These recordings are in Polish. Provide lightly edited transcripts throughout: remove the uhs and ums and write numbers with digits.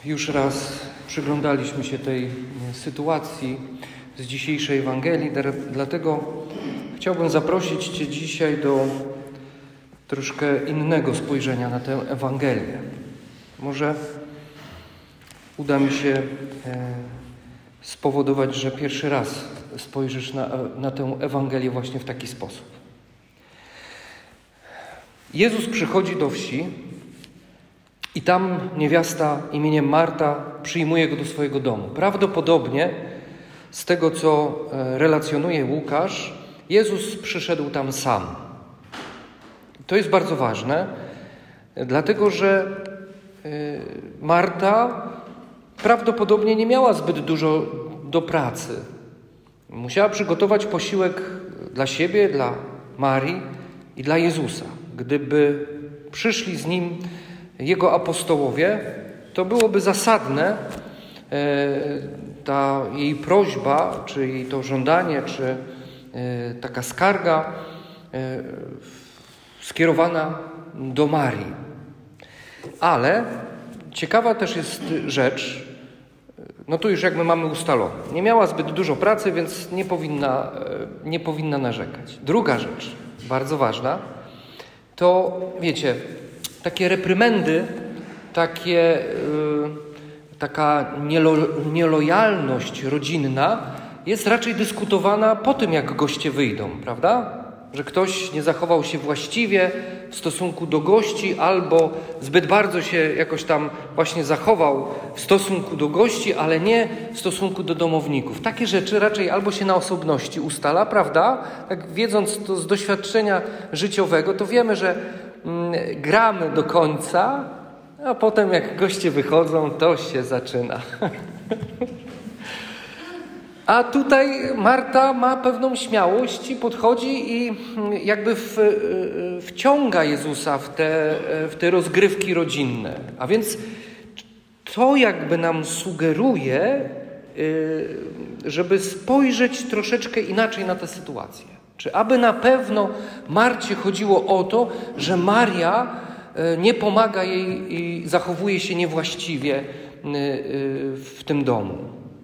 Już raz przyglądaliśmy się tej sytuacji z dzisiejszej Ewangelii, dlatego chciałbym zaprosić Cię dzisiaj do troszkę innego spojrzenia na tę Ewangelię. Może uda mi się spowodować, że pierwszy raz spojrzysz na tę Ewangelię właśnie w taki sposób. Jezus przychodzi do wsi i tam niewiasta imieniem Marta przyjmuje go do swojego domu. Prawdopodobnie z tego, co relacjonuje Łukasz, Jezus przyszedł tam sam. To jest bardzo ważne, dlatego że Marta prawdopodobnie nie miała zbyt dużo do pracy. Musiała przygotować posiłek dla siebie, dla Marii i dla Jezusa. Gdyby przyszli z Nim Jego apostołowie, to byłoby zasadne ta jej prośba, czy jej to żądanie, czy taka skarga skierowana do Marii. Ale ciekawa też jest rzecz, no tu już jakby mamy ustalone. Nie miała zbyt dużo pracy, więc nie powinna narzekać. Druga rzecz, bardzo ważna, to wiecie, takie reprymendy, taka nielojalność rodzinna jest raczej dyskutowana po tym, jak goście wyjdą, prawda? Że ktoś nie zachował się właściwie w stosunku do gości albo zbyt bardzo się jakoś tam właśnie zachował w stosunku do gości, ale nie w stosunku do domowników. Takie rzeczy raczej albo się na osobności ustala, prawda? Tak wiedząc to z doświadczenia życiowego, to wiemy, że gramy do końca, a potem jak goście wychodzą, to się zaczyna. A tutaj Marta ma pewną śmiałość i podchodzi i jakby wciąga Jezusa w te rozgrywki rodzinne. A więc to jakby nam sugeruje, żeby spojrzeć troszeczkę inaczej na tę sytuację. Czy aby na pewno Marcie chodziło o to, że Maria nie pomaga jej i zachowuje się niewłaściwie w tym domu?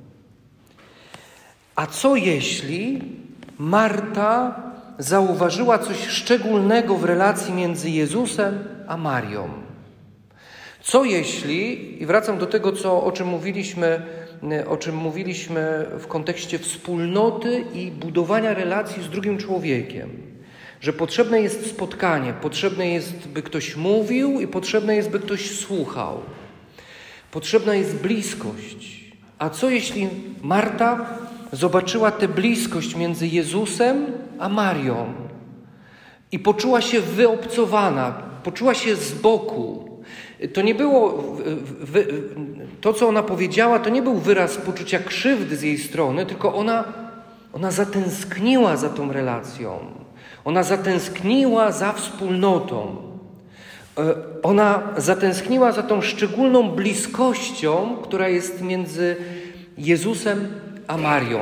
A co jeśli Marta zauważyła coś szczególnego w relacji między Jezusem a Marią? Co jeśli, i wracam do tego, o czym mówiliśmy w kontekście wspólnoty i budowania relacji z drugim człowiekiem, że potrzebne jest spotkanie, potrzebne jest, by ktoś mówił i potrzebne jest, by ktoś słuchał. Potrzebna jest bliskość. A co jeśli Marta zobaczyła tę bliskość między Jezusem a Marią i poczuła się wyobcowana, poczuła się z boku? To nie było, to co ona powiedziała, to nie był wyraz poczucia krzywdy z jej strony, tylko ona zatęskniła za tą relacją. Ona zatęskniła za wspólnotą. Ona zatęskniła za tą szczególną bliskością, która jest między Jezusem a Marią.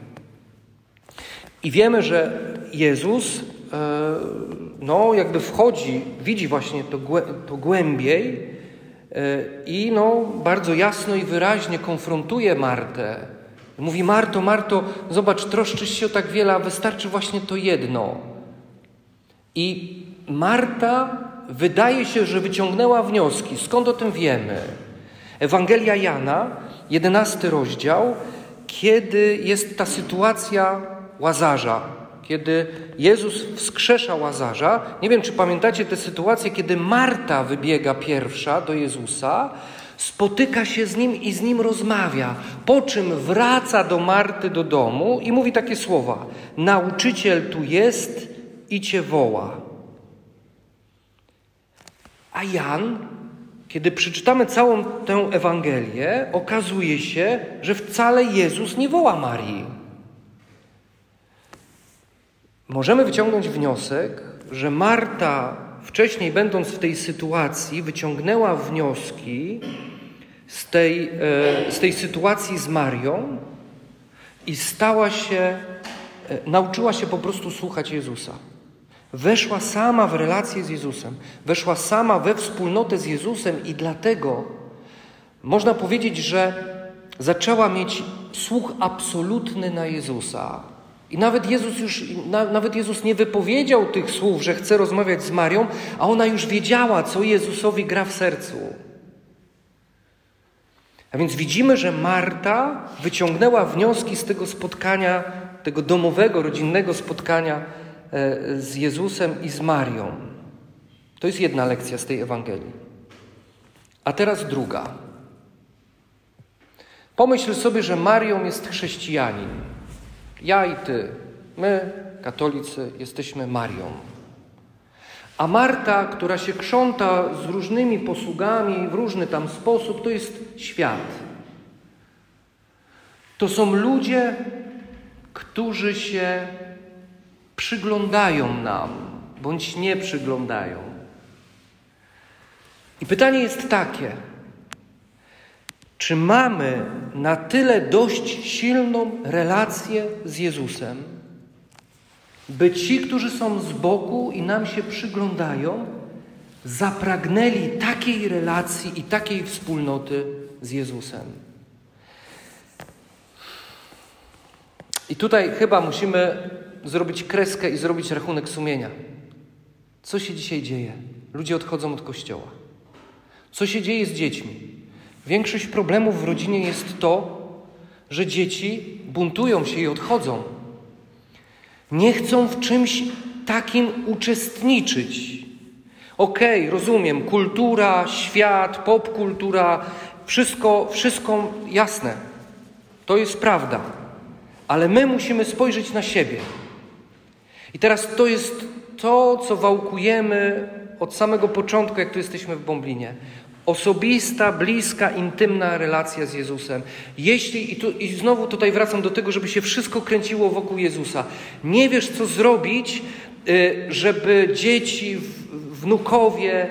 I wiemy, że Jezus jakby wchodzi, widzi właśnie to głębiej i bardzo jasno i wyraźnie konfrontuje Martę. Mówi: Marto, zobacz, troszczysz się o tak wiele, a wystarczy właśnie to jedno. I Marta wydaje się, że wyciągnęła wnioski. Skąd o tym wiemy? Ewangelia Jana, 11 rozdział, kiedy jest ta sytuacja Łazarza, kiedy Jezus wskrzesza Łazarza. Nie wiem, czy pamiętacie tę sytuację, kiedy Marta wybiega pierwsza do Jezusa, spotyka się z Nim i z Nim rozmawia, po czym wraca do Marty do domu i mówi takie słowa: nauczyciel tu jest i Cię woła. A Jan, kiedy przeczytamy całą tę Ewangelię, okazuje się, że wcale Jezus nie woła Marii. Możemy wyciągnąć wniosek, że Marta, wcześniej będąc w tej sytuacji, wyciągnęła wnioski z tej sytuacji z Marią i nauczyła się po prostu słuchać Jezusa. Weszła sama w relację z Jezusem. Weszła sama we wspólnotę z Jezusem i dlatego można powiedzieć, że zaczęła mieć słuch absolutny na Jezusa. I nawet Jezus nie wypowiedział tych słów, że chce rozmawiać z Marią, a ona już wiedziała, co Jezusowi gra w sercu. A więc widzimy, że Marta wyciągnęła wnioski z tego spotkania, tego domowego, rodzinnego spotkania z Jezusem i z Marią. To jest jedna lekcja z tej Ewangelii. A teraz druga. Pomyśl sobie, że Marią jest chrześcijanin. Ja i ty, my, katolicy, jesteśmy Marią. A Marta, która się krząta z różnymi posługami w różny tam sposób, to jest świat. To są ludzie, którzy się przyglądają nam, bądź nie przyglądają. I pytanie jest takie, czy mamy na tyle dość silną relację z Jezusem, by ci, którzy są z boku i nam się przyglądają, zapragnęli takiej relacji i takiej wspólnoty z Jezusem. I tutaj chyba musimy zrobić kreskę i zrobić rachunek sumienia. Co się dzisiaj dzieje? Ludzie odchodzą od Kościoła. Co się dzieje z dziećmi? Większość problemów w rodzinie jest to, że dzieci buntują się i odchodzą. Nie chcą w czymś takim uczestniczyć. Okej, rozumiem, kultura, świat, popkultura, wszystko jasne. To jest prawda. Ale my musimy spojrzeć na siebie. I teraz to jest to, co wałkujemy od samego początku, jak tu jesteśmy w Bąblinie. Osobista, bliska, intymna relacja z Jezusem. I znowu tutaj wracam do tego, żeby się wszystko kręciło wokół Jezusa. Nie wiesz, co zrobić, żeby dzieci, wnukowie,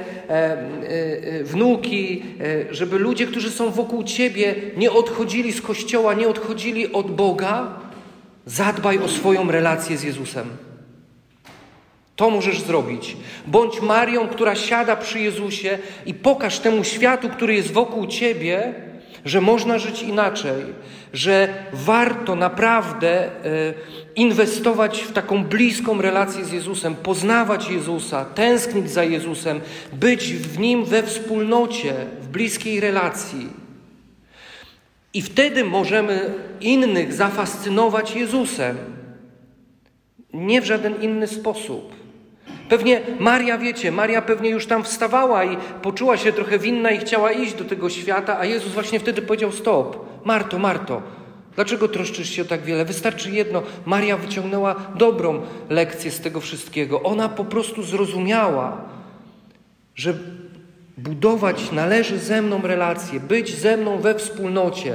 wnuki, żeby ludzie, którzy są wokół ciebie, nie odchodzili z Kościoła, nie odchodzili od Boga. Zadbaj o swoją relację z Jezusem. To możesz zrobić. Bądź Marią, która siada przy Jezusie i pokaż temu światu, który jest wokół ciebie, że można żyć inaczej, że warto naprawdę inwestować w taką bliską relację z Jezusem, poznawać Jezusa, tęsknić za Jezusem, być w Nim we wspólnocie, w bliskiej relacji. I wtedy możemy innych zafascynować Jezusem. Nie w żaden inny sposób. Pewnie Maria pewnie już tam wstawała i poczuła się trochę winna i chciała iść do tego świata, a Jezus właśnie wtedy powiedział: stop, Marto, dlaczego troszczysz się o tak wiele? Wystarczy jedno. Maria wyciągnęła dobrą lekcję z tego wszystkiego. Ona po prostu zrozumiała, że budować należy ze mną relacje, być ze mną we wspólnocie.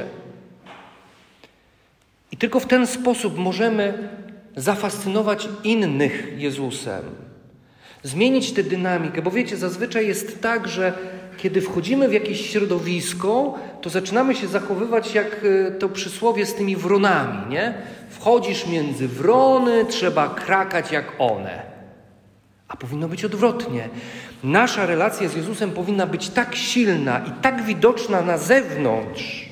I tylko w ten sposób możemy zafascynować innych Jezusem. Zmienić tę dynamikę, bo wiecie, zazwyczaj jest tak, że kiedy wchodzimy w jakieś środowisko, to zaczynamy się zachowywać jak to przysłowie z tymi wronami, nie? Wchodzisz między wrony, trzeba krakać jak one. A powinno być odwrotnie. Nasza relacja z Jezusem powinna być tak silna i tak widoczna na zewnątrz,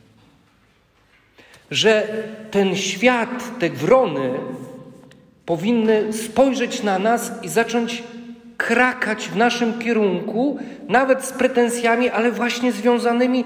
że ten świat, te wrony powinny spojrzeć na nas i zacząć krakać w naszym kierunku, nawet z pretensjami, ale właśnie związanymi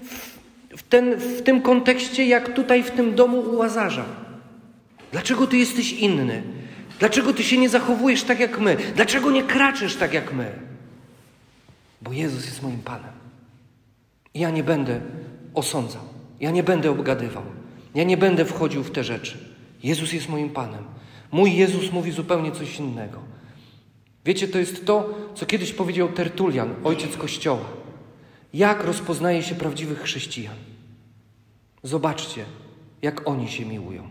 w tym kontekście, jak tutaj w tym domu u Łazarza. Dlaczego ty jesteś inny? Dlaczego ty się nie zachowujesz tak jak my? Dlaczego nie kraczysz tak jak my? Bo Jezus jest moim Panem. I ja nie będę osądzał. Ja nie będę obgadywał. Ja nie będę wchodził w te rzeczy. Jezus jest moim Panem. Mój Jezus mówi zupełnie coś innego. Wiecie, to jest to, co kiedyś powiedział Tertulian, ojciec Kościoła. Jak rozpoznaje się prawdziwych chrześcijan? Zobaczcie, jak oni się miłują.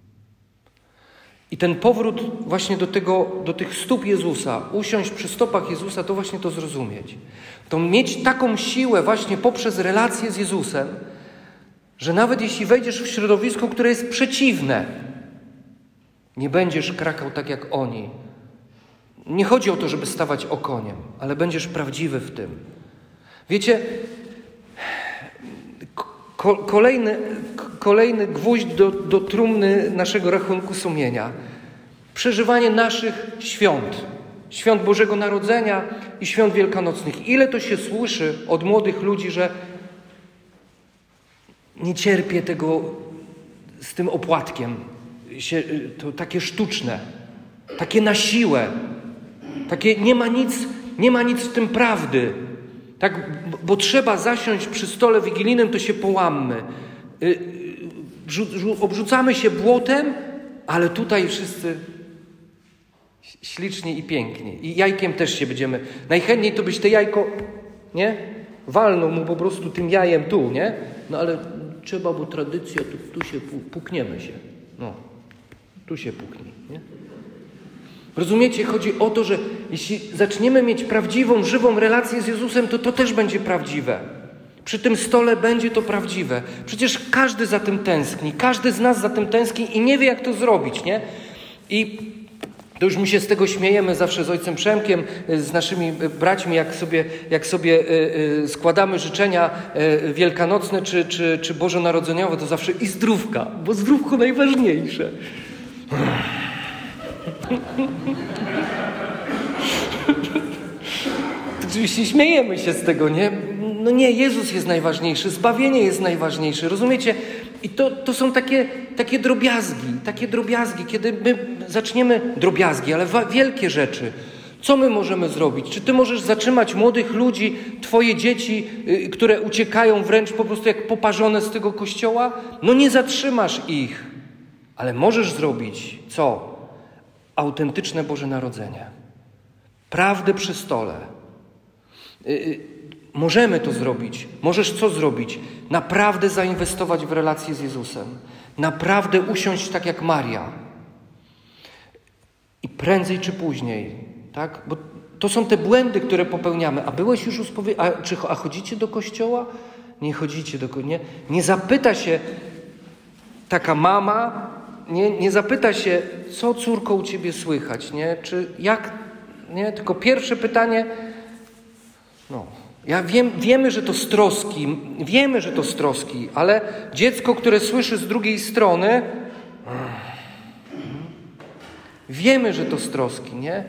I ten powrót właśnie do tych stóp Jezusa, usiąść przy stopach Jezusa, to właśnie to zrozumieć. To mieć taką siłę właśnie poprzez relację z Jezusem, że nawet jeśli wejdziesz w środowisko, które jest przeciwne, nie będziesz krakał tak jak oni. Nie chodzi o to, żeby stawać okoniem, ale będziesz prawdziwy w tym. Wiecie, Kolejny gwóźdź do trumny naszego rachunku sumienia. Przeżywanie naszych świąt. Świąt Bożego Narodzenia i świąt wielkanocnych. Ile to się słyszy od młodych ludzi, że nie cierpię tego z tym opłatkiem. To takie sztuczne, takie na siłę, takie nie ma nic w tym prawdy. Tak, bo trzeba zasiąść przy stole wigilijnym, to się połammy. Obrzucamy się błotem, ale tutaj wszyscy ślicznie i pięknie. I jajkiem też się będziemy. Najchętniej to byś te jajko, nie? Walnął mu po prostu tym jajem tu, nie? No ale trzeba, bo tradycja, tu się pukniemy się. No, tu się puknij, nie? Rozumiecie? Chodzi o to, że jeśli zaczniemy mieć prawdziwą, żywą relację z Jezusem, to też będzie prawdziwe. Przy tym stole będzie to prawdziwe. Przecież każdy za tym tęskni. Każdy z nas za tym tęskni i nie wie, jak to zrobić, nie? I to już my się z tego śmiejemy zawsze z ojcem Przemkiem, z naszymi braćmi, jak sobie składamy życzenia wielkanocne czy bożonarodzeniowe, to zawsze i zdrówka, bo zdrówko najważniejsze. Oczywiście śmiejemy się z tego, nie? No nie, Jezus jest najważniejszy, zbawienie jest najważniejsze, rozumiecie? I to są takie drobiazgi, kiedy my zaczniemy, drobiazgi, ale wielkie rzeczy. Co my możemy zrobić? Czy ty możesz zatrzymać młodych ludzi, twoje dzieci, które uciekają wręcz po prostu jak poparzone z tego kościoła? No nie zatrzymasz ich, ale możesz zrobić co? Autentyczne Boże Narodzenie. Prawdę przy stole. Możemy to zrobić. Możesz co zrobić? Naprawdę zainwestować w relację z Jezusem. Naprawdę usiąść tak jak Maria. I prędzej czy później, tak? Bo to są te błędy, które popełniamy. A byłeś już a chodzicie do kościoła? Nie chodzicie do kościoła. Nie zapyta się taka mama, nie zapyta się, co córko u ciebie słychać, nie? Czy jak, nie? Tylko pierwsze pytanie, wiemy, że to z troski, ale dziecko, które słyszy z drugiej strony, wiemy, że to z troski, nie?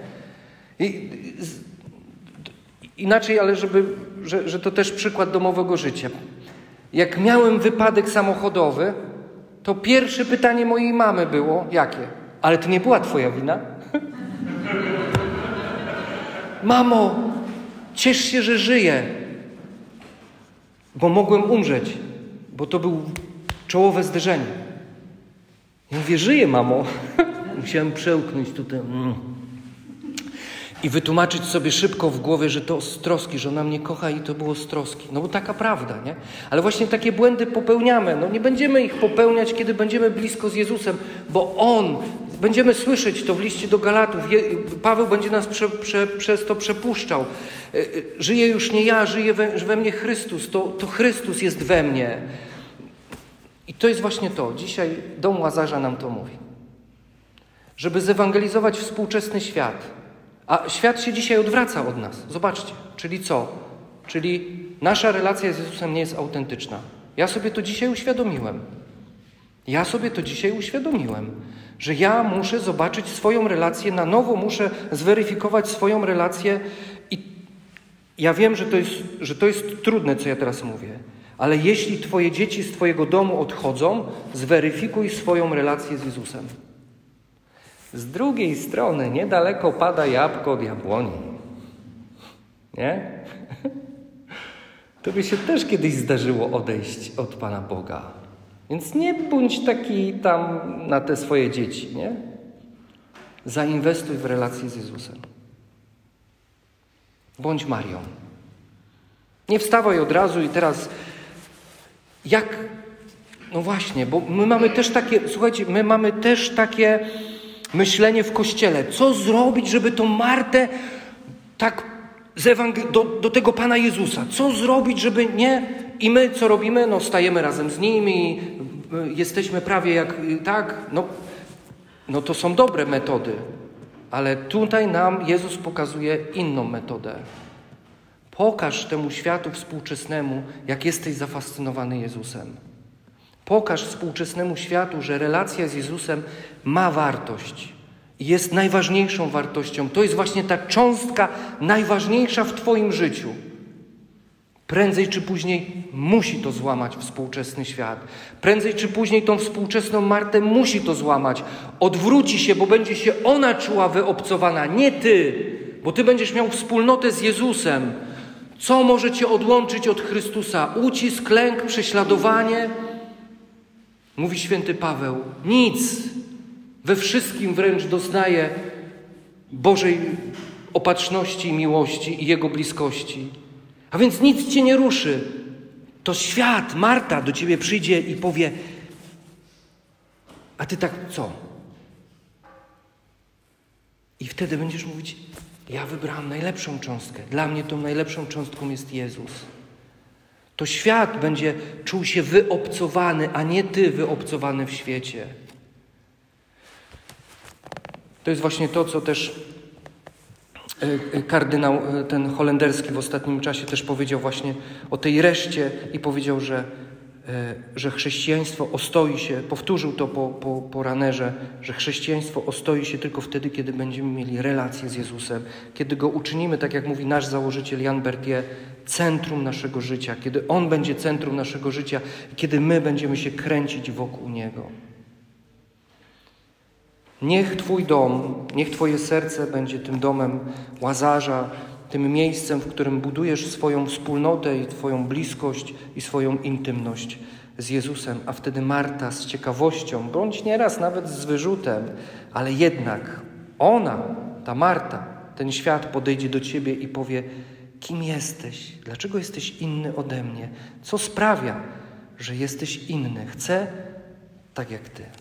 Inaczej, ale że to też przykład domowego życia. Jak miałem wypadek samochodowy, to pierwsze pytanie mojej mamy było, jakie? Ale to nie była twoja wina? Mamo, ciesz się, że żyję, bo mogłem umrzeć, bo to było czołowe zderzenie. Ja mówię, żyję, mamo. Musiałem przełknąć tutaj i wytłumaczyć sobie szybko w głowie, że to z troski, że ona mnie kocha i to było z troski. No bo taka prawda, nie? Ale właśnie takie błędy popełniamy. No nie będziemy ich popełniać, kiedy będziemy blisko z Jezusem, bo On, będziemy słyszeć to w liście do Galatów, Paweł będzie nas przez to przepuszczał. Żyję już nie ja, żyje we mnie Chrystus, to Chrystus jest we mnie. I to jest właśnie to. Dzisiaj dom Łazarza nam to mówi. Żeby zewangelizować współczesny świat. A świat się dzisiaj odwraca od nas. Zobaczcie. Czyli co? Czyli nasza relacja z Jezusem nie jest autentyczna. Ja sobie to dzisiaj uświadomiłem. Że ja muszę zobaczyć swoją relację na nowo, muszę zweryfikować swoją relację i ja wiem, że to jest trudne, co ja teraz mówię. Ale jeśli twoje dzieci z twojego domu odchodzą, zweryfikuj swoją relację z Jezusem. Z drugiej strony niedaleko pada jabłko od jabłoni. Nie? To by się też kiedyś zdarzyło odejść od Pana Boga. Więc nie bądź taki tam na te swoje dzieci, nie? Zainwestuj w relację z Jezusem. Bądź Marią. Nie wstawaj od razu i teraz no właśnie, bo my mamy też takie myślenie w Kościele. Co zrobić, żeby tą Martę tak do tego Pana Jezusa? Co zrobić, żeby nie... I my co robimy? No stajemy razem z nimi, jesteśmy prawie jak... Tak, no to są dobre metody. Ale tutaj nam Jezus pokazuje inną metodę. Pokaż temu światu współczesnemu, jak jesteś zafascynowany Jezusem. Pokaż współczesnemu światu, że relacja z Jezusem ma wartość. I jest najważniejszą wartością. To jest właśnie ta cząstka najważniejsza w twoim życiu. Prędzej czy później musi to złamać współczesny świat. Prędzej czy później tą współczesną Martę musi to złamać. Odwróci się, bo będzie się ona czuła wyobcowana, nie ty. Bo ty będziesz miał wspólnotę z Jezusem. Co może cię odłączyć od Chrystusa? Ucisk, lęk, prześladowanie? Mówi święty Paweł. Nic. We wszystkim wręcz doznaje Bożej opatrzności i miłości i Jego bliskości. A więc nic cię nie ruszy. To świat, Marta do ciebie przyjdzie i powie: a ty tak co? I wtedy będziesz mówić: ja wybrałam najlepszą cząstkę. Dla mnie tą najlepszą cząstką jest Jezus. To świat będzie czuł się wyobcowany, a nie ty wyobcowany w świecie. To jest właśnie to, co też kardynał ten holenderski w ostatnim czasie też powiedział właśnie o tej reszcie i powiedział, że chrześcijaństwo ostoi się, powtórzył to po Ranerze, że chrześcijaństwo ostoi się tylko wtedy, kiedy będziemy mieli relację z Jezusem, kiedy Go uczynimy, tak jak mówi nasz założyciel Jan Berthier, centrum naszego życia, kiedy On będzie centrum naszego życia i kiedy my będziemy się kręcić wokół Niego. Niech Twój dom, niech Twoje serce będzie tym domem Łazarza, tym miejscem, w którym budujesz swoją wspólnotę i Twoją bliskość i swoją intymność z Jezusem, a wtedy Marta z ciekawością, bądź nieraz nawet z wyrzutem, ale jednak ona, ta Marta, ten świat podejdzie do Ciebie i powie: kim jesteś? Dlaczego jesteś inny ode mnie? Co sprawia, że jesteś inny? Chcę tak jak Ty.